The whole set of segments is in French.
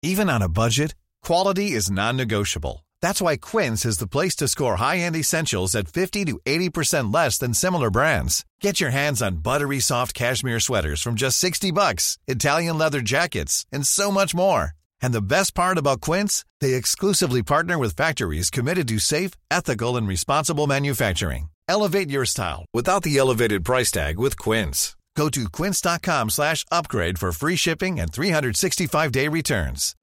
Even on a budget, quality is non-negotiable. That's why Quince is the place to score high-end essentials at 50 to 80% less than similar brands. Get your hands on buttery soft cashmere sweaters from just $60, Italian leather jackets, and so much more. And the best part about Quince, they exclusively partner with factories committed to safe, ethical, and responsible manufacturing. Elevate your style without the elevated price tag with Quince. Go to quince.com/upgrade for free shipping and 365-day returns.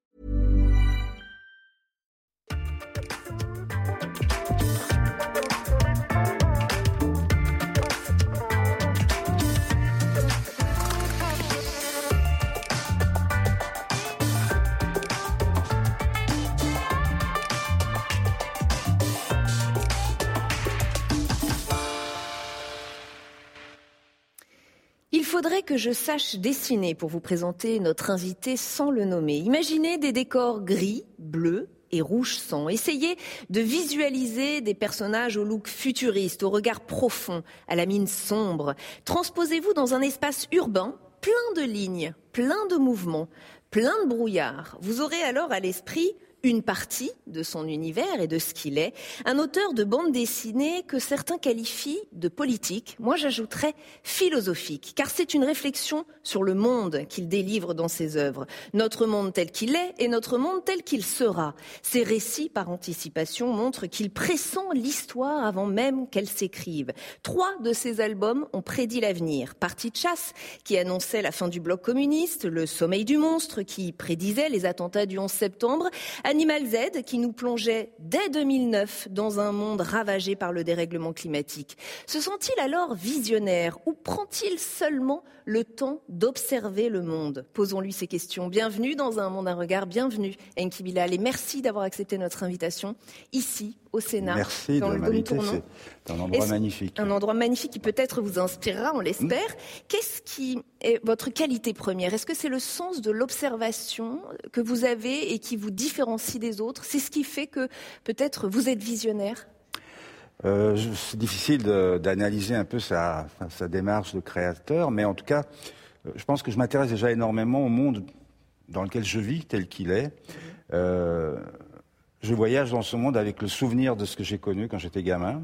Il faudrait que je sache dessiner pour vous présenter notre invité sans le nommer. Imaginez des décors gris, bleus et rouge sang. Essayez de visualiser des personnages au look futuriste, au regard profond, à la mine sombre. Transposez-vous dans un espace urbain, plein de lignes, plein de mouvements, plein de brouillard. Vous aurez alors à l'esprit une partie de son univers et de ce qu'il est, un auteur de bande dessinée que certains qualifient de politique, moi j'ajouterais philosophique, car c'est une réflexion sur le monde qu'il délivre dans ses œuvres, notre monde tel qu'il est et notre monde tel qu'il sera. Ses récits par anticipation montrent qu'il pressent l'histoire avant même qu'elle s'écrive. 3 de ses albums ont prédit l'avenir. Partie de chasse, qui annonçait la fin du bloc communiste, Le sommeil du monstre, qui prédisait les attentats du 11 septembre, Animal Z, qui nous plongeait dès 2009 dans un monde ravagé par le dérèglement climatique. Se sent-il alors visionnaire ou prend-il seulement le temps d'observer le monde ? Posons-lui ces questions. Bienvenue dans Un monde, un regard. Bienvenue, Enki Bilal. Et merci d'avoir accepté notre invitation ici, au Sénat. Merci dans de le m'inviter. Tournon. C'est un endroit magnifique. Un endroit magnifique qui peut-être vous inspirera, on l'espère. Qu'est-ce qui est votre qualité première ? Est-ce que c'est le sens de l'observation que vous avez et qui vous différencie des autres ? C'est ce qui fait que peut-être vous êtes visionnaire ? C'est difficile d'analyser un peu sa démarche de créateur, mais en tout cas, je pense que je m'intéresse déjà énormément au monde dans lequel je vis, tel qu'il est. Je voyage dans ce monde avec le souvenir de ce que j'ai connu quand j'étais gamin.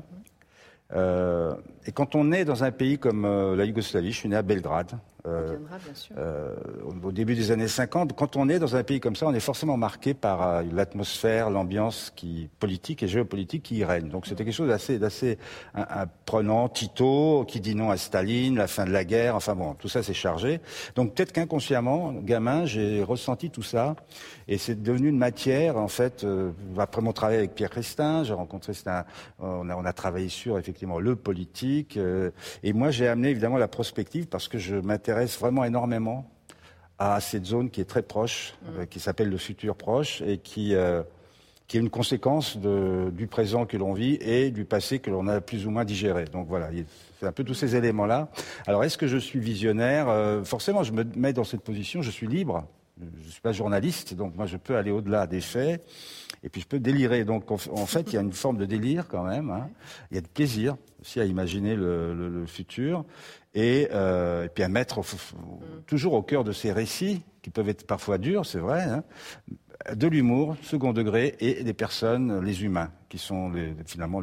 Et quand on est dans un pays comme la Yougoslavie, je suis né à Belgrade, bien sûr. Au début des années 50, quand on est dans un pays comme ça, on est forcément marqué par l'atmosphère, l'ambiance politique et géopolitique qui y règne. Donc c'était quelque chose d'assez prenant. Tito qui dit non à Staline, la fin de la guerre, enfin bon, tout ça c'est chargé. Donc peut-être qu'inconsciemment, gamin, j'ai ressenti tout ça et c'est devenu une matière, en fait, après mon travail avec Pierre Christin, j'ai rencontré, on a travaillé sur effectivement le politique et moi j'ai amené évidemment la prospective parce que je m'intéresse vraiment énormément à cette zone qui est très proche, qui s'appelle le futur proche et qui est une conséquence du présent que l'on vit et du passé que l'on a plus ou moins digéré. Donc voilà, c'est un peu tous ces éléments-là. Alors est-ce que je suis visionnaire ? Forcément, je me mets dans cette position, je suis libre. Je ne suis pas journaliste, donc moi je peux aller au-delà des faits et puis je peux délirer. Donc en fait, il y a une forme de délire quand même. Hein. Il y a de plaisir aussi à imaginer le futur et puis à mettre toujours au cœur de ces récits qui peuvent être parfois durs, c'est vrai, hein, de l'humour, second degré et des personnes, les humains, qui sont finalement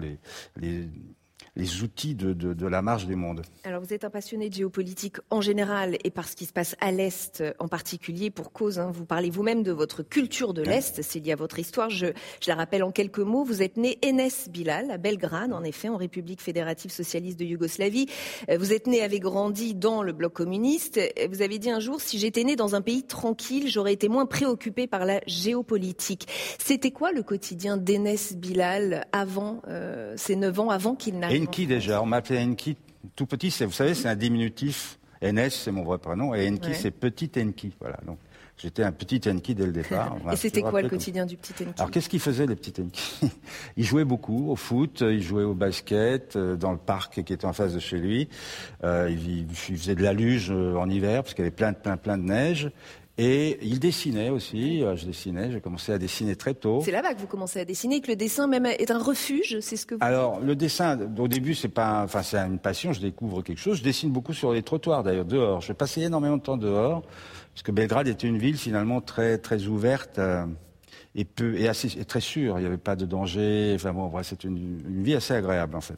les outils de la marche des mondes. Alors vous êtes un passionné de géopolitique en général et par ce qui se passe à l'Est en particulier pour cause. Hein, vous parlez vous-même de votre culture de l'Est, c'est lié à votre histoire. Je la rappelle en quelques mots. Vous êtes né Enes Bilal à Belgrade, en effet, en République fédérative socialiste de Yougoslavie. Vous êtes né, avez grandi dans le bloc communiste. Vous avez dit un jour, si j'étais né dans un pays tranquille, j'aurais été moins préoccupé par la géopolitique. C'était quoi le quotidien d'Enes Bilal avant ses 9 ans, avant qu'il n'arrive Enki déjà, on m'appelait Enki tout petit, vous savez, c'est un diminutif. Enes, c'est mon vrai prénom, et Enki, c'est petit Enki. Voilà, donc j'étais un petit Enki dès le départ. Et c'était quoi le quotidien du petit Enki ? Alors qu'est-ce qu'il faisait, le petit Enki ? Il jouait beaucoup au foot, il jouait au basket, dans le parc qui était en face de chez lui. Il faisait de la luge en hiver, parce qu'il y avait plein de neige. Et il dessinait aussi, j'ai commencé à dessiner très tôt. C'est là-bas que vous commencez à dessiner, que le dessin même est un refuge, c'est ce que vous... Alors, le dessin, au début, c'est une passion, je découvre quelque chose. Je dessine beaucoup sur les trottoirs, d'ailleurs, dehors. Je passais énormément de temps dehors, parce que Belgrade était une ville, finalement, très, très ouverte, et très sûre. Il n'y avait pas de danger. Enfin bon, bref, c'était une vie assez agréable, en fait.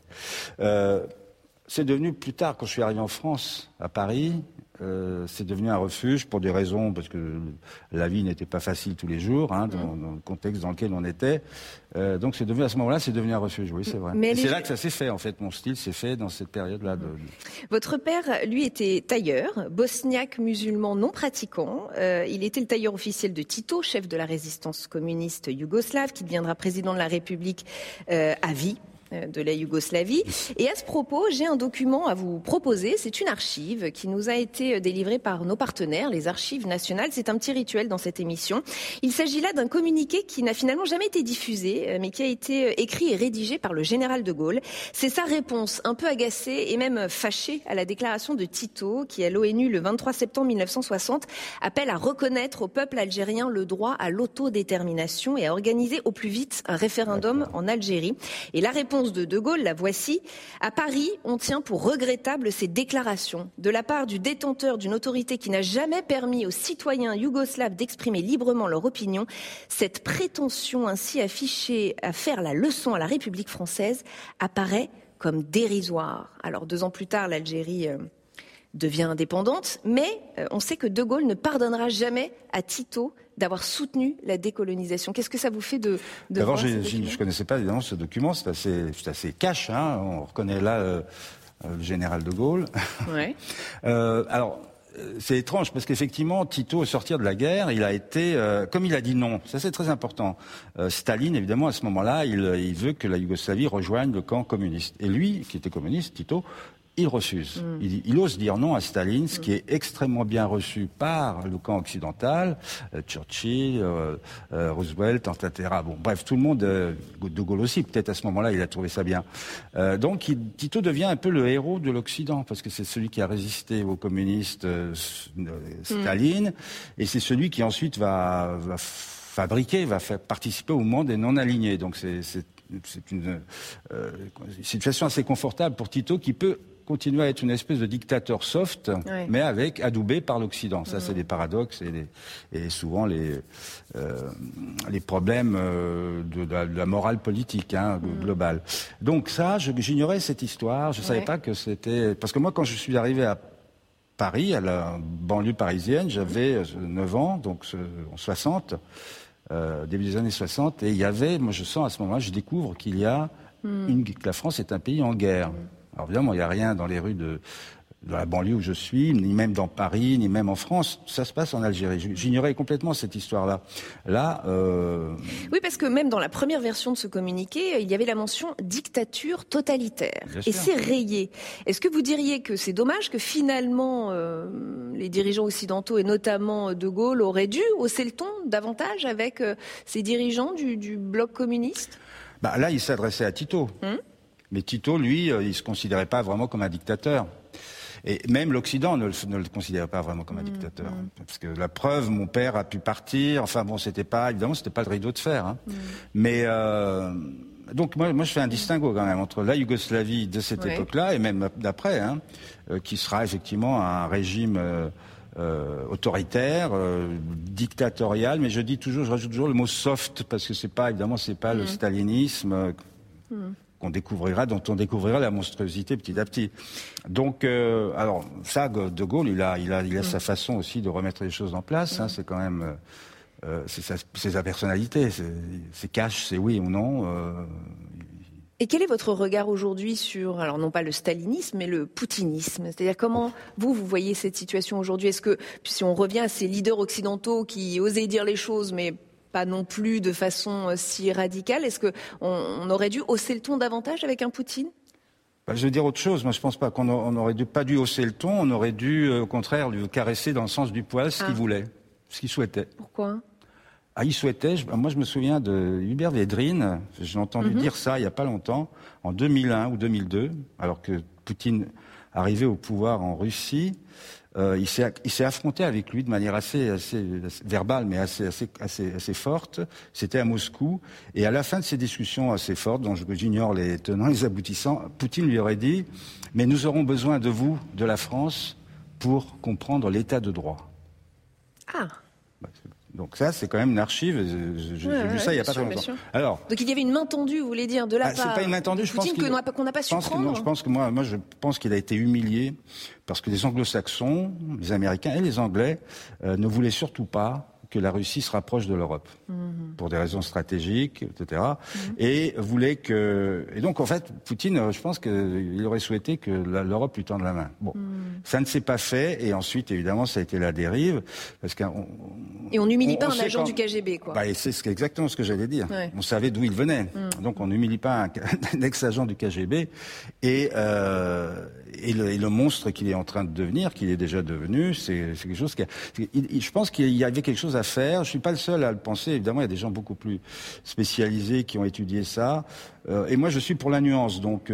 C'est devenu plus tard, quand je suis arrivé en France, à Paris, c'est devenu un refuge pour des raisons, parce que la vie n'était pas facile tous les jours, dans le contexte dans lequel on était. Donc c'est devenu, à ce moment-là, c'est devenu un refuge, oui, c'est vrai. Et c'est là que ça s'est fait, en fait. Mon style s'est fait dans cette période-là. Votre père, lui, était tailleur, bosniaque musulman non pratiquant. Il était le tailleur officiel de Tito, chef de la résistance communiste yougoslave, qui deviendra président de la République à vie de la Yougoslavie. Et à ce propos, j'ai un document à vous proposer. C'est une archive qui nous a été délivrée par nos partenaires, les Archives nationales. C'est un petit rituel dans cette émission. Il s'agit là d'un communiqué qui n'a finalement jamais été diffusé, mais qui a été écrit et rédigé par le général de Gaulle. C'est sa réponse, un peu agacée et même fâchée à la déclaration de Tito, qui à l'ONU le 23 septembre 1960 appelle à reconnaître au peuple algérien le droit à l'autodétermination et à organiser au plus vite un référendum en Algérie. Et la réponse de Gaulle, la voici. À Paris, on tient pour regrettable ces déclarations de la part du détenteur d'une autorité qui n'a jamais permis aux citoyens yougoslaves d'exprimer librement leur opinion. Cette prétention ainsi affichée à faire la leçon à la République française apparaît comme dérisoire. Alors 2 ans plus tard, l'Algérie devient indépendante, mais on sait que De Gaulle ne pardonnera jamais à Tito d'avoir soutenu la décolonisation. Qu'est-ce que ça vous fait de D'abord, voir je ne connaissais pas évidemment ce document, c'est assez cash, on reconnaît là le général de Gaulle. Ouais. Alors, c'est étrange parce qu'effectivement, Tito, au sortir de la guerre, il a été, comme il a dit non, ça c'est très important. Staline, évidemment, à ce moment-là, il veut que la Yougoslavie rejoigne le camp communiste. Et lui, qui était communiste, Tito, il refuse. Il ose dire non à Staline, ce qui est extrêmement bien reçu par le camp occidental, Churchill, Roosevelt, etc. Bon, bref, tout le monde, De Gaulle aussi, peut-être à ce moment-là, il a trouvé ça bien. Donc, Tito devient un peu le héros de l'Occident, parce que c'est celui qui a résisté aux communistes, Staline, et c'est celui qui ensuite va faire participer au monde des non-alignés. Donc, c'est une situation assez confortable pour Tito qui peut continuer à être une espèce de dictateur soft, mais adoubé par l'Occident. Ça, c'est des paradoxes et souvent les problèmes de la morale politique globale. Donc ça, j'ignorais cette histoire. Je savais pas que c'était... Parce que moi, quand je suis arrivé à Paris, à la banlieue parisienne, j'avais 9 ans, donc en 60... début des années 60, et il y avait, moi je sens à ce moment-là, je découvre qu'il y a que la France est un pays en guerre. Alors évidemment, il n'y a rien dans les rues de la banlieue où je suis, ni même dans Paris, ni même en France. Ça se passe en Algérie. J'ignorais complètement cette histoire-là. Oui, parce que même dans la première version de ce communiqué, il y avait la mention dictature totalitaire. Et c'est rayé. Est-ce que vous diriez que c'est dommage que finalement les dirigeants occidentaux, et notamment De Gaulle, auraient dû hausser le ton davantage avec ces dirigeants du bloc communiste ? Là, il s'adressait à Tito. Mais Tito, lui, il ne se considérait pas vraiment comme un dictateur. Et même l'Occident ne le considérait pas vraiment comme un dictateur. Parce que la preuve, mon père a pu partir. Enfin bon, évidemment, c'était pas le rideau de fer. Mais donc moi, je fais un distinguo quand même entre la Yougoslavie de cette époque-là et même d'après, qui sera effectivement un régime autoritaire, dictatorial. Mais je rajoute toujours le mot soft parce que c'est pas le stalinisme. Dont on découvrira la monstruosité petit à petit. Donc, alors ça, De Gaulle, il a sa façon aussi de remettre les choses en place. C'est quand même, c'est sa personnalité. C'est cash, c'est oui ou non. Et quel est votre regard aujourd'hui sur, alors non pas le stalinisme, mais le poutinisme ? C'est-à-dire comment vous voyez cette situation aujourd'hui ? Est-ce que, si on revient à ces leaders occidentaux qui osaient dire les choses, mais pas non plus de façon si radicale. Est-ce qu'on aurait dû hausser le ton davantage avec un Poutine ? Je veux dire autre chose. Moi, je pense pas qu'on aurait pas dû hausser le ton. On aurait dû, au contraire, lui caresser dans le sens du poil ce qu'il voulait, ce qu'il souhaitait. Pourquoi ? Il souhaitait... Moi, je me souviens de Hubert Védrine. J'ai entendu dire ça il y a pas longtemps, en 2001 ou 2002, alors que Poutine arrivait au pouvoir en Russie. il s'est affronté avec lui de manière assez verbale, mais assez forte. C'était à Moscou. Et à la fin de ces discussions assez fortes, dont j'ignore les tenants, les aboutissants, Poutine lui aurait dit « Mais nous aurons besoin de vous, de la France, pour comprendre l'état de droit. » Ah. Donc ça, c'est quand même une archive. J'ai vu ça il n'y a pas très longtemps. Alors, donc il y avait une main tendue, vous voulez dire, de la part c'est pas une main tendue, je pense qu'on n'a pas su prendre. Je pense qu'il a été humilié parce que les Anglo-Saxons, les Américains et les Anglais ne voulaient surtout pas que la Russie se rapproche de l'Europe, pour des raisons stratégiques, etc. Et voulait que... Et donc, en fait, Poutine, je pense qu'il aurait souhaité que l'Europe lui tende la main. Bon, ça ne s'est pas fait, et ensuite, évidemment, ça a été la dérive, parce et on n'humilie pas un agent du KGB, quoi. Bah, et c'est exactement ce que j'allais dire. Ouais. On savait d'où il venait. Donc, on n'humilie pas un ex-agent du KGB, et le monstre qu'il est en train de devenir, qu'il est déjà devenu, c'est quelque chose je pense qu'il y avait quelque chose à faire. Je suis pas le seul à le penser. Évidemment, il y a des gens beaucoup plus spécialisés qui ont étudié ça. Et moi, je suis pour la nuance. Donc,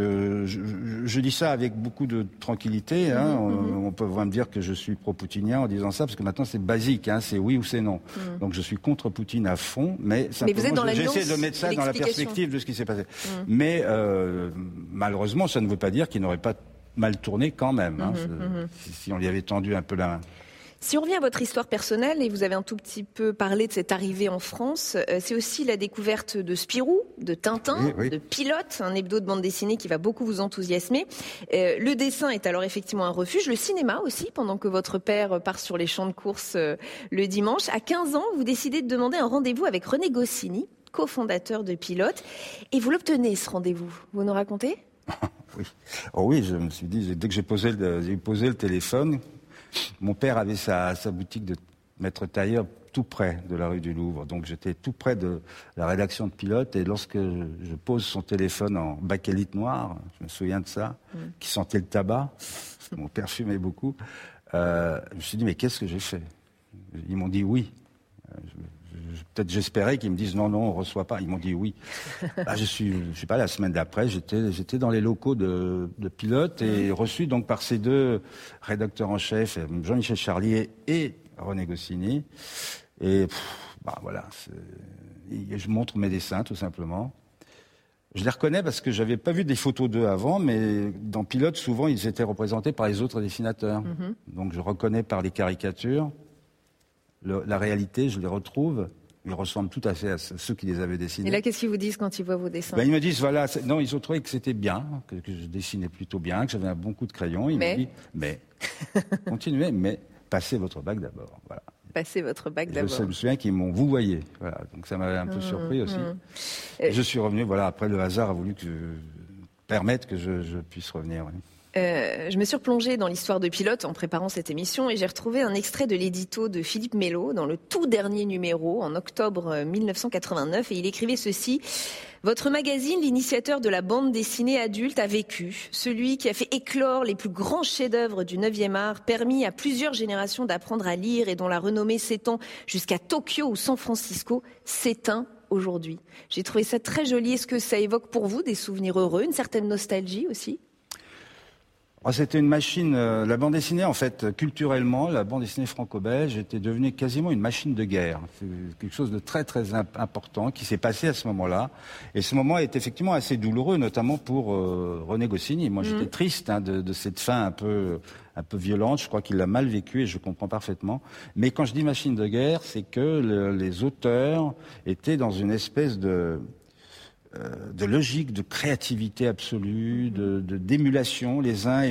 je dis ça avec beaucoup de tranquillité. Hein. On peut vraiment me dire que je suis pro-poutinien en disant ça, parce que maintenant, c'est basique. Hein. C'est oui ou c'est non. Donc, je suis contre Poutine à fond. Mais simplement, j'essaie de mettre ça dans la perspective de ce qui s'est passé. Mais malheureusement, ça ne veut pas dire qu'il n'aurait pas mal tourné quand même. Hein. Si on lui avait tendu un peu la main. Si on revient à votre histoire personnelle, et vous avez un tout petit peu parlé de cette arrivée en France, c'est aussi la découverte de Spirou, de Tintin, de Pilote, un hebdo de bande dessinée qui va beaucoup vous enthousiasmer. Le dessin est alors effectivement un refuge, le cinéma aussi, pendant que votre père part sur les champs de course le dimanche. À 15 ans, vous décidez de demander un rendez-vous avec René Goscinny, cofondateur de Pilote, et vous l'obtenez ce rendez-vous. Vous nous racontez ? Oui. Oh oui, je me suis dit, dès que j'ai posé le téléphone, mon père avait sa boutique de maître tailleur tout près de la rue du Louvre. Donc j'étais tout près de la rédaction de Pilote. Et lorsque je pose son téléphone en bakélite noire, je me souviens de ça, qui sentait le tabac, mon père fumait beaucoup, je me suis dit, mais qu'est-ce que j'ai fait ? Ils m'ont dit oui. Peut-être j'espérais qu'ils me disent non, on ne reçoit pas. Ils m'ont dit oui. Je sais pas, la semaine d'après, j'étais dans les locaux de Pilote et reçu donc par ces deux rédacteurs en chef, Jean-Michel Charlier et René Goscinny. Et voilà, je montre mes dessins tout simplement. Je les reconnais parce que j'avais pas vu des photos d'eux avant, mais dans Pilote, souvent, ils étaient représentés par les autres dessinateurs. Donc je reconnais par les caricatures. La réalité, je les retrouve. Ils ressemblent tout à fait à ceux qui les avaient dessinés. Et là, qu'est-ce qu'ils vous disent quand ils voient vos dessins ? Ils me disent, voilà, ils ont trouvé que c'était bien, que je dessinais plutôt bien, que j'avais un bon coup de crayon. Ils m'ont dit, mais, continuez, mais passez votre bac d'abord. Voilà. Passez votre bac d'abord. Je me souviens qu'ils m'ont vouvoyé. Voilà. Donc ça m'avait un peu surpris aussi. Et je suis revenu, après le hasard a voulu permettre que je puisse revenir. Oui. Je me suis replongée dans l'histoire de Pilote en préparant cette émission et j'ai retrouvé un extrait de l'édito de Philippe Mello dans le tout dernier numéro en octobre 1989 et il écrivait ceci. Votre magazine, l'initiateur de la bande dessinée adulte, a vécu. Celui qui a fait éclore les plus grands chefs-d'œuvre du 9e art, permis à plusieurs générations d'apprendre à lire et dont la renommée s'étend jusqu'à Tokyo ou San Francisco, s'éteint aujourd'hui. J'ai trouvé ça très joli. Est-ce que ça évoque pour vous des souvenirs heureux, une certaine nostalgie aussi ? C'était une machine, la bande dessinée, en fait, culturellement, la bande dessinée franco-belge était devenue quasiment une machine de guerre. C'est quelque chose de très, très important qui s'est passé à ce moment-là. Et ce moment est effectivement assez douloureux, notamment pour René Goscinny. Moi, j'étais triste de cette fin un peu violente. Je crois qu'il l'a mal vécu et je comprends parfaitement. Mais quand je dis machine de guerre, c'est que les auteurs étaient dans une espèce de logique, de créativité absolue, d'émulation, les uns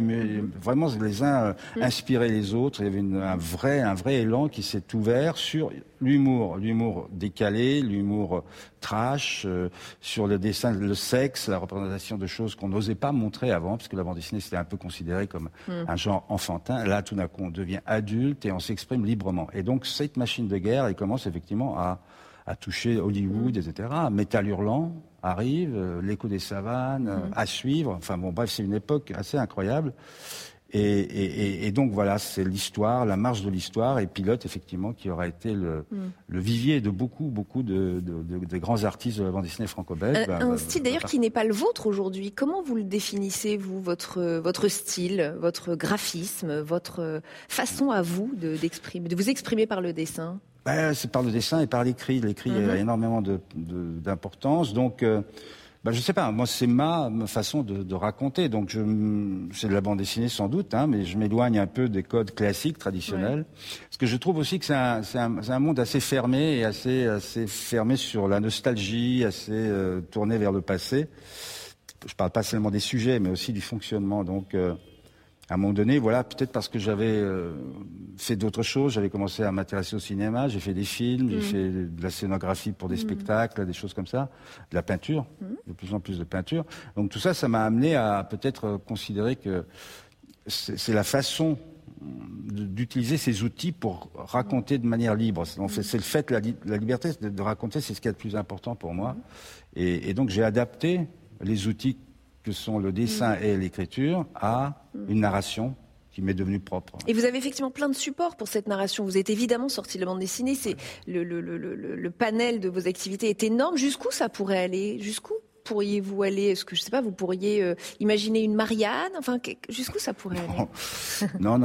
inspiraient les autres. Il y avait un vrai élan qui s'est ouvert sur l'humour décalé, l'humour trash, sur le dessin, le sexe, la représentation de choses qu'on n'osait pas montrer avant, parce que la bande dessinée c'était un peu considéré comme un genre enfantin. Là, tout d'un coup, on devient adulte et on s'exprime librement. Et donc cette machine de guerre, elle commence effectivement à toucher Hollywood, etc. Métal hurlant arrive, l'écho des savanes, à suivre. Enfin bon, bref, c'est une époque assez incroyable. Et donc voilà, c'est l'histoire, la marche de l'histoire, et Pilote, effectivement, qui aura été le vivier de beaucoup de grands artistes de la bande dessinée franco-belge. Un style d'ailleurs qui n'est pas le vôtre aujourd'hui. Comment vous le définissez, vous, votre style, votre graphisme, votre façon à vous de vous exprimer par le dessin? C'est par le dessin et par l'écrit. L'écrit a énormément d'importance, donc... je sais pas, moi c'est ma façon de raconter, donc c'est de la bande dessinée sans doute, mais je m'éloigne un peu des codes classiques, traditionnels, parce que je trouve aussi que c'est un monde assez fermé et assez fermé sur la nostalgie, assez tourné vers le passé. Je parle pas seulement des sujets, mais aussi du fonctionnement, donc... À un moment donné, voilà, peut-être parce que j'avais fait d'autres choses, j'avais commencé à m'intéresser au cinéma, j'ai fait des films, j'ai fait de la scénographie pour des spectacles, des choses comme ça, de la peinture, de plus en plus de peinture. Donc tout ça, ça m'a amené à peut-être considérer que c'est la façon d'utiliser ces outils pour raconter de manière libre. C'est le fait, la liberté de raconter, c'est ce qui est le plus important pour moi. Et donc j'ai adapté les outils que sont le dessin et l'écriture à une narration qui m'est devenue propre. Et vous avez effectivement plein de supports pour cette narration. Vous êtes évidemment sorti de la bande dessinée. C'est le panel de vos activités est énorme. Jusqu'où ça pourrait aller? Jusqu'où pourriez-vous aller? Est-ce que, je sais pas, vous pourriez imaginer une Marianne? Enfin, jusqu'où ça pourrait aller? Non.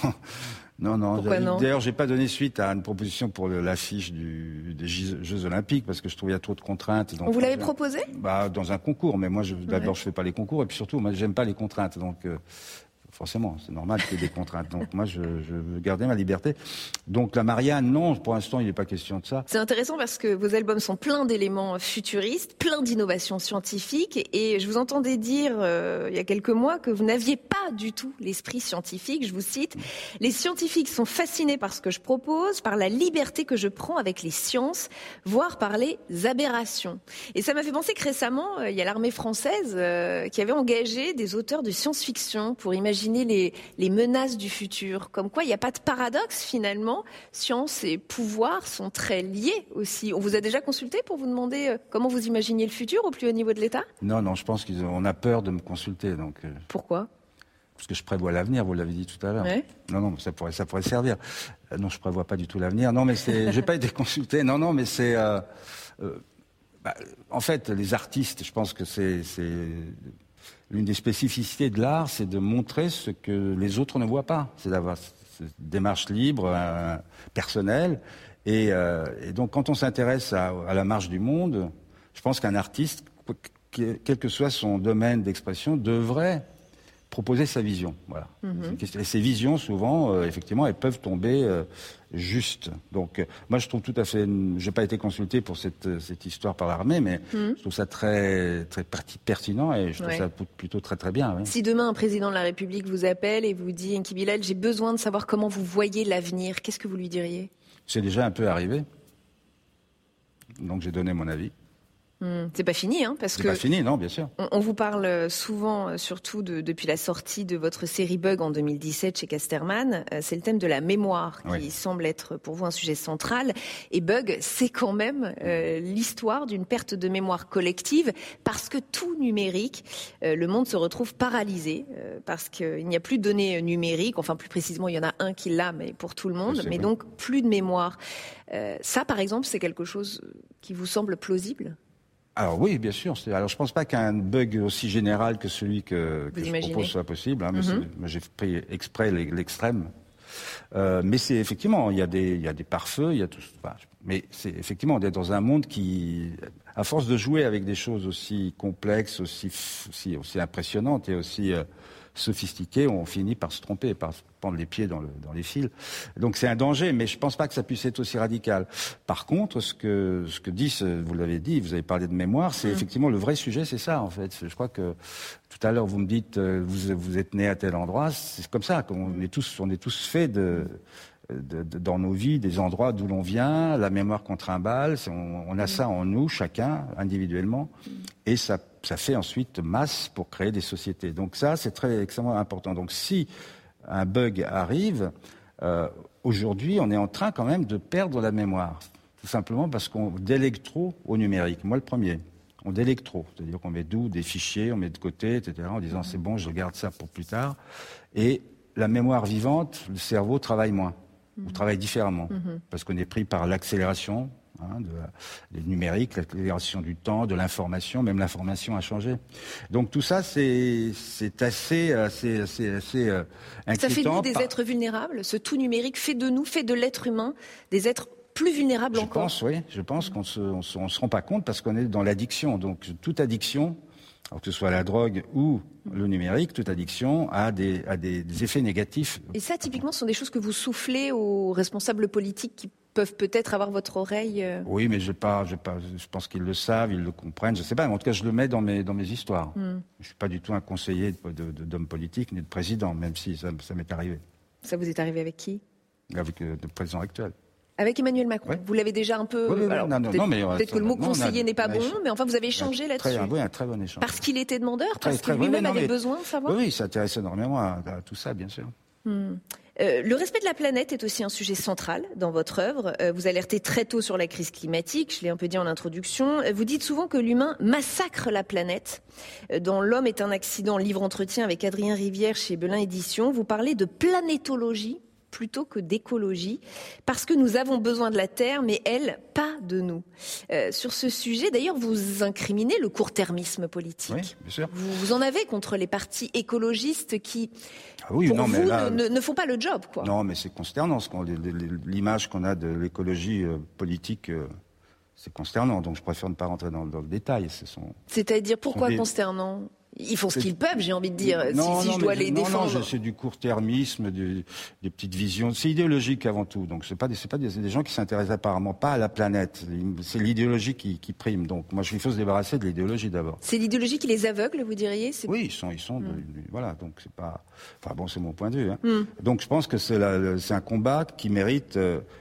Pourquoi non? D'ailleurs, j'ai pas donné suite à une proposition pour l'affiche des Jeux Olympiques parce que je trouvais qu'il y a trop de contraintes. Donc, vous l'avez proposé? Dans un concours, mais moi, d'abord, je fais pas les concours et puis surtout, moi, j'aime pas les contraintes. Donc, forcément, c'est normal qu'il y ait des contraintes. Donc moi, je veux garder ma liberté. Donc la Marianne, non, pour l'instant, il n'est pas question de ça. C'est intéressant parce que vos albums sont pleins d'éléments futuristes, plein d'innovations scientifiques. Et je vous entendais dire il y a quelques mois que vous n'aviez pas du tout l'esprit scientifique. Je vous cite, « Les scientifiques sont fascinés par ce que je propose, par la liberté que je prends avec les sciences, voire par les aberrations. » Et ça m'a fait penser que récemment, il y a l'armée française qui avait engagé des auteurs de science-fiction pour imaginer les menaces du futur. Comme quoi, il n'y a pas de paradoxe finalement. Science et pouvoir sont très liés aussi. On vous a déjà consulté pour vous demander comment vous imaginiez le futur au plus haut niveau de l'État? Non, je pense qu'on a peur de me consulter. Donc, pourquoi? Parce que je prévois l'avenir, vous l'avez dit tout à l'heure. Ouais. Non, ça pourrait servir. Non, je prévois pas du tout l'avenir. Non, mais j'ai pas été consulté. Non, mais c'est... en fait, les artistes, je pense que c'est l'une des spécificités de l'art, c'est de montrer ce que les autres ne voient pas. C'est d'avoir cette démarche libre, personnelle. Et donc, quand on s'intéresse à la marche du monde, je pense qu'un artiste, quel que soit son domaine d'expression, devrait proposer sa vision. Voilà. Et ces visions, souvent, effectivement, elles peuvent tomber justes. Donc, moi, je trouve tout à fait... J'ai pas été consulté pour cette histoire par l'armée, mais je trouve ça très, très pertinent et je trouve ça plutôt très, très bien. Ouais. Si demain, un président de la République vous appelle et vous dit « Enki Bilal, j'ai besoin de savoir comment vous voyez l'avenir », qu'est-ce que vous lui diriez? C'est déjà un peu arrivé. Donc, j'ai donné mon avis. C'est pas fini, parce que... C'est pas fini, non, bien sûr. On vous parle souvent, surtout depuis la sortie de votre série Bug en 2017 chez Casterman. C'est le thème de la mémoire qui semble être pour vous un sujet central. Et Bug, c'est quand même l'histoire d'une perte de mémoire collective parce que tout numérique, le monde se retrouve paralysé parce qu'il n'y a plus de données numériques. Enfin, plus précisément, il y en a un qui l'a, mais pour tout le monde. Mais donc, plus de mémoire. Ça, par exemple, c'est quelque chose qui vous semble plausible ? Alors oui, bien sûr. Alors je pense pas qu'un bug aussi général que celui que je propose soit possible. Mais j'ai pris exprès l'extrême. Mais c'est effectivement, il y a des pare-feux, il y a tout. Enfin, mais c'est effectivement, on est dans un monde qui, à force de jouer avec des choses aussi complexes, aussi impressionnantes et aussi sophistiquées, on finit par se tromper, par se prendre les pieds dans les fils. Donc c'est un danger, mais je pense pas que ça puisse être aussi radical. Par contre, ce que dit, vous l'avez dit, vous avez parlé de mémoire, c'est effectivement le vrai sujet, c'est ça en fait. Je crois que tout à l'heure vous me dites, vous êtes né à tel endroit, c'est comme ça qu'on est tous faits dans nos vies, des endroits d'où l'on vient, la mémoire qu'on trimballe, on a ça en nous, chacun, individuellement, et ça fait ensuite masse pour créer des sociétés. Donc ça, c'est extrêmement important. Donc si un bug arrive, aujourd'hui, on est en train quand même de perdre la mémoire, tout simplement parce qu'on délègue trop au numérique. Moi, le premier. On délègue trop. C'est-à-dire qu'on met des fichiers, on met de côté, etc., en disant c'est bon, je garde ça pour plus tard. Et la mémoire vivante, le cerveau travaille moins, ou travaille différemment, parce qu'on est pris par l'accélération du numérique, l'accélération du temps, de l'information, même l'information a changé. Donc tout ça, c'est assez inquiétant. Ça fait de nous des êtres vulnérables. Ce tout numérique fait de nous, fait de l'être humain, des êtres plus vulnérables encore. Je pense qu'on se rend pas compte parce qu'on est dans l'addiction. Donc toute addiction, alors que ce soit la drogue ou le numérique, toute addiction a des effets négatifs. Et ça, typiquement, ce sont des choses que vous soufflez aux responsables politiques qui peuvent peut-être avoir votre oreille. Oui, mais je pense qu'ils le savent, ils le comprennent. Je sais pas, mais en tout cas, je le mets dans mes histoires. Je suis pas du tout un conseiller d'homme politique ni de président, même si ça m'est arrivé. Ça vous est arrivé avec qui ? Avec le président actuel. Avec Emmanuel Macron. Oui. Vous l'avez déjà un peu... Peut-être que le mot conseiller n'est pas bon, mais enfin vous avez échangé là-dessus. Oui, un très bon échange. Parce qu'il était demandeur, parce que lui-même avait besoin de savoir. Oui, ça intéresse énormément à tout ça, bien sûr. Le respect de la planète est aussi un sujet central dans votre œuvre. Vous alertez très tôt sur la crise climatique, je l'ai un peu dit en introduction. Vous dites souvent que l'humain massacre la planète. Dans L'homme est un accident, livre-entretien avec Adrien Rivière chez Belin Éditions, vous parlez de planétologie plutôt que d'écologie, parce que nous avons besoin de la Terre, mais elle, pas de nous. Sur ce sujet, d'ailleurs, vous incriminez le court-termisme politique. Oui, bien sûr. Vous en avez contre les partis écologistes qui, ne font pas le job, quoi. Non, mais c'est consternant. L'image qu'on a de l'écologie politique, c'est consternant. Donc je préfère ne pas rentrer dans le détail. C'est-à-dire, pourquoi consternant ? Ils font ce qu'ils peuvent, j'ai envie de dire, si je dois les défendre. Non, c'est du court-termisme, des petites visions. C'est idéologique avant tout. Donc c'est des gens qui s'intéressent apparemment pas à la planète. C'est l'idéologie qui prime. Donc moi, il faut se débarrasser de l'idéologie d'abord. C'est l'idéologie qui les aveugle, vous diriez ? Oui, ils sont. Voilà. Donc c'est pas. Enfin bon, c'est mon point de vue. Donc je pense que c'est un combat qui mérite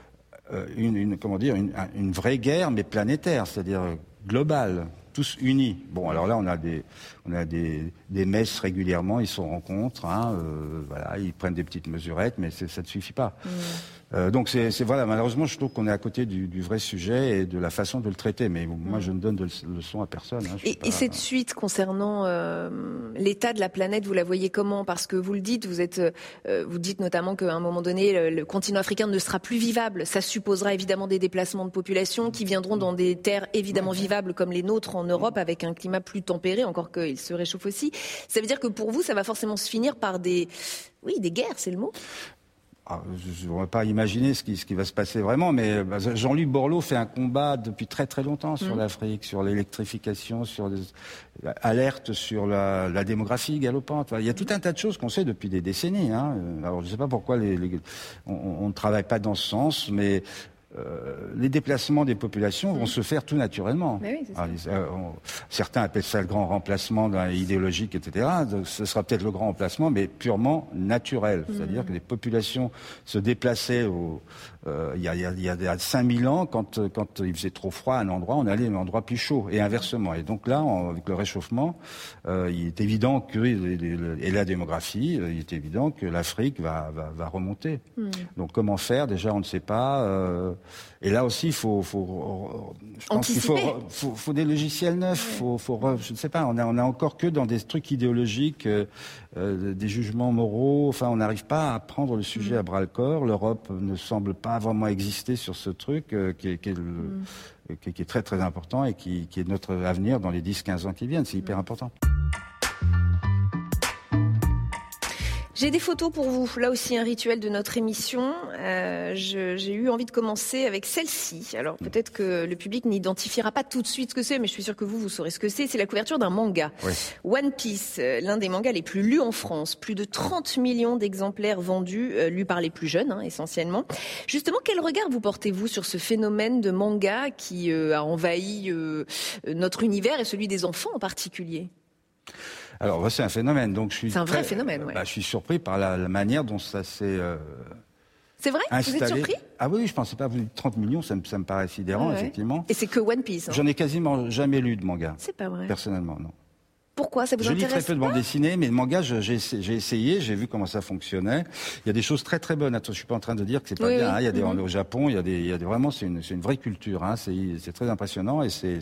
une vraie guerre, mais planétaire, c'est-à-dire globale. Tous unis. Bon, alors là, on a des messes régulièrement, ils se rencontrent, ils prennent des petites mesurettes, mais ça ne suffit pas. Donc malheureusement, je trouve qu'on est à côté du vrai sujet et de la façon de le traiter. Mais moi, je ne donne de leçon à personne. Et cette suite concernant l'état de la planète, vous la voyez comment ? Parce que vous le dites, vous dites notamment qu'à un moment donné, le continent africain ne sera plus vivable. Ça supposera évidemment des déplacements de population qui viendront dans des terres évidemment vivables comme les nôtres en Europe, avec un climat plus tempéré, encore qu'il se réchauffe aussi. Ça veut dire que pour vous, ça va forcément se finir par des guerres, c'est le mot ? Je ne pourrais pas imaginer ce qui va se passer vraiment, mais Jean-Luc Borloo fait un combat depuis très très longtemps sur l'Afrique, sur l'électrification, sur des alertes sur la démographie galopante. Il y a tout un tas de choses qu'on sait depuis des décennies. Alors je ne sais pas pourquoi on ne travaille pas dans ce sens, mais les déplacements des populations vont se faire tout naturellement. Oui, certains appellent ça le grand remplacement idéologique, etc. Donc, ce sera peut-être le grand remplacement, mais purement naturel. C'est-à-dire que les populations se déplaçaient il y a 5000 ans, quand il faisait trop froid à un endroit, on allait à un endroit plus chaud, et inversement. Et donc là, avec le réchauffement, il est évident que, et la démographie, il est évident que l'Afrique va remonter. Donc comment faire ? Déjà, on ne sait pas. Et là aussi, je pense qu'il faut des logiciels neufs. Je ne sais pas. On a encore que dans des trucs idéologiques, des jugements moraux. Enfin, on n'arrive pas à prendre le sujet à bras le corps. L'Europe ne semble pas vraiment exister sur ce truc qui est très très important et qui est notre avenir dans les 10-15 ans qui viennent. C'est hyper important. J'ai des photos pour vous, là aussi un rituel de notre émission. J'ai eu envie de commencer avec celle-ci. Alors peut-être que le public n'identifiera pas tout de suite ce que c'est, mais je suis sûre que vous saurez ce que c'est. C'est la couverture d'un manga. Oui. One Piece, l'un des mangas les plus lus en France. Plus de 30 millions d'exemplaires vendus, lus par les plus jeunes essentiellement. Justement, quel regard vous portez-vous sur ce phénomène de manga qui a envahi notre univers et celui des enfants en particulier ? Alors, c'est un phénomène. Donc, c'est un vrai phénomène, oui. Je suis surpris par la manière dont ça s'est c'est vrai installé. Vous êtes surpris ? Ah oui, je ne pensais pas. 30 millions, ça me paraît sidérant, effectivement. Et c'est que One Piece. J'en ai quasiment jamais lu de manga. C'est pas vrai. Personnellement, non. Pourquoi ? Ça vous intéresse pas ? Je lis très peu de bande dessinée, mais le manga, j'ai essayé, j'ai vu comment ça fonctionnait. Il y a des choses très très bonnes. Je suis pas en train de dire que c'est pas bien. Il y a au Japon, il y a vraiment, c'est une vraie culture. C'est très impressionnant et c'est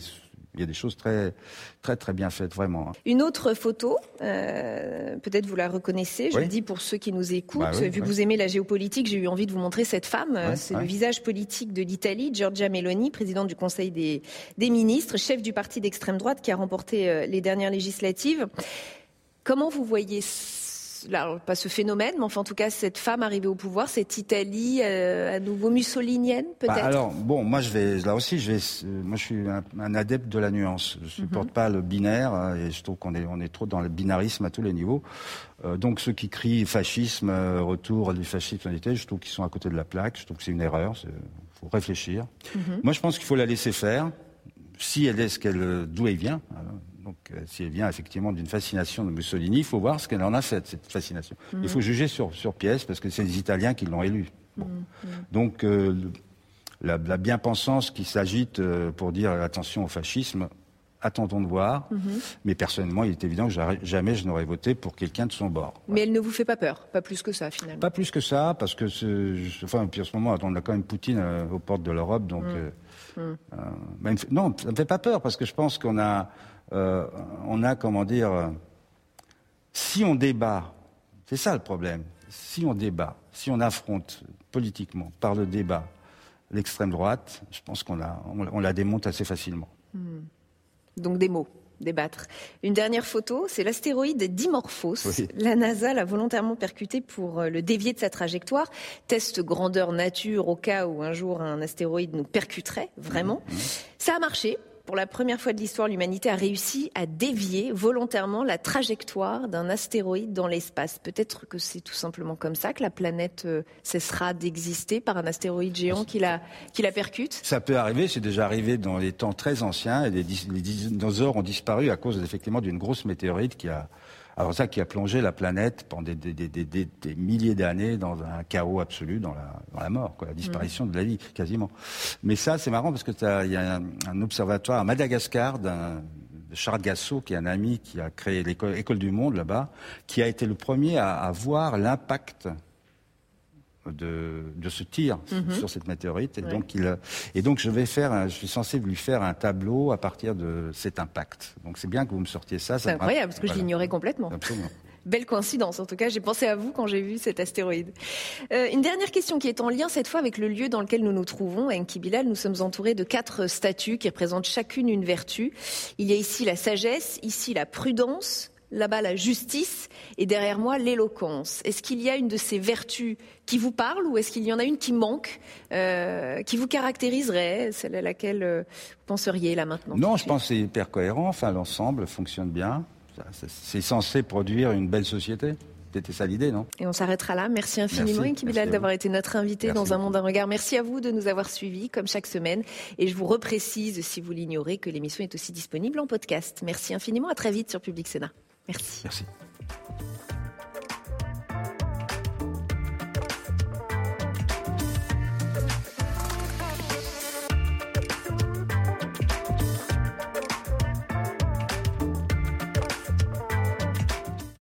Il y a des choses très, très, très bien faites, vraiment. Une autre photo, peut-être vous la reconnaissez, je le dis pour ceux qui nous écoutent. Vu que vous aimez la géopolitique, j'ai eu envie de vous montrer cette femme. C'est le visage politique de l'Italie, Giorgia Meloni, présidente du Conseil des ministres, chef du parti d'extrême droite qui a remporté les dernières législatives. Comment vous voyez là, pas ce phénomène, mais enfin, en tout cas, cette femme arrivée au pouvoir, cette Italie à nouveau mussolinienne, peut-être? Alors, bon, moi, moi, je suis un adepte de la nuance. Je ne supporte pas le binaire, et je trouve qu'on est trop dans le binarisme à tous les niveaux. Donc, ceux qui crient fascisme, retour du fascisme en Italie, je trouve qu'ils sont à côté de la plaque. Je trouve que c'est une erreur. Il faut réfléchir. Moi, je pense qu'il faut la laisser faire. Si elle est d'où elle vient. Donc, si elle vient effectivement d'une fascination de Mussolini, il faut voir ce qu'elle en a fait, cette fascination. Il faut juger sur pièce, parce que c'est les Italiens qui l'ont élue. Bon. Donc, la bien-pensance qui s'agite pour dire attention au fascisme, attendons de voir. Mais personnellement, il est évident que jamais je n'aurais voté pour quelqu'un de son bord. Voilà. Mais elle ne vous fait pas peur, pas plus que ça, finalement? Pas plus que ça, parce que, puis en ce moment, on a quand même Poutine aux portes de l'Europe, donc... non, ça ne me fait pas peur, parce que je pense qu'on a... comment dire, si on débat, c'est ça le problème, si on débat, si on affronte politiquement, par le débat, l'extrême droite, je pense qu'on la démonte assez facilement. Donc des mots, débattre. Une dernière photo, c'est l'astéroïde Dimorphos. Oui. La NASA l'a volontairement percuté pour le dévier de sa trajectoire. Test grandeur nature au cas où un jour un astéroïde nous percuterait, vraiment. Ça a marché. Pour la première fois de l'histoire, l'humanité a réussi à dévier volontairement la trajectoire d'un astéroïde dans l'espace. Peut-être que c'est tout simplement comme ça que la planète cessera d'exister par un astéroïde géant qui la percute. Ça peut arriver, c'est déjà arrivé dans les temps très anciens. Et les dinosaures ont disparu à cause effectivement d'une grosse météorite qui a plongé la planète pendant des milliers d'années dans un chaos absolu, dans la mort, la disparition de la vie, quasiment. Mais ça, c'est marrant parce que il y a un observatoire à Madagascar de Charles Gassot, qui est un ami qui a créé l'école du monde là-bas, qui a été le premier à voir l'impact de ce tir sur cette météorite. Et donc, je suis censé lui faire un tableau à partir de cet impact. Donc c'est bien que vous me sortiez ça. C'est incroyable, parce que je l'ignorais complètement. Absolument. Belle coïncidence, en tout cas, j'ai pensé à vous quand j'ai vu cet astéroïde. Une dernière question qui est en lien cette fois avec le lieu dans lequel nous nous trouvons. À Enki Bilal, nous sommes entourés de 4 statues qui représentent chacune une vertu. Il y a ici la sagesse, ici la prudence, là-bas la justice et derrière moi l'éloquence. Est-ce qu'il y a une de ces vertus qui vous parle ou est-ce qu'il y en a une qui manque, qui vous caractériserait, celle à laquelle vous penseriez là maintenant? Non, je pense que c'est hyper cohérent, enfin l'ensemble fonctionne bien. C'est censé produire une belle société. C'était ça l'idée, non? Et on s'arrêtera là. Merci infiniment, Enki Bilal, d'avoir été notre invité dans Un Monde, un regard. Merci à vous de nous avoir suivis, comme chaque semaine. Et je vous reprécise, si vous l'ignorez, que l'émission est aussi disponible en podcast. Merci infiniment. À très vite sur Public Sénat. Merci. Merci.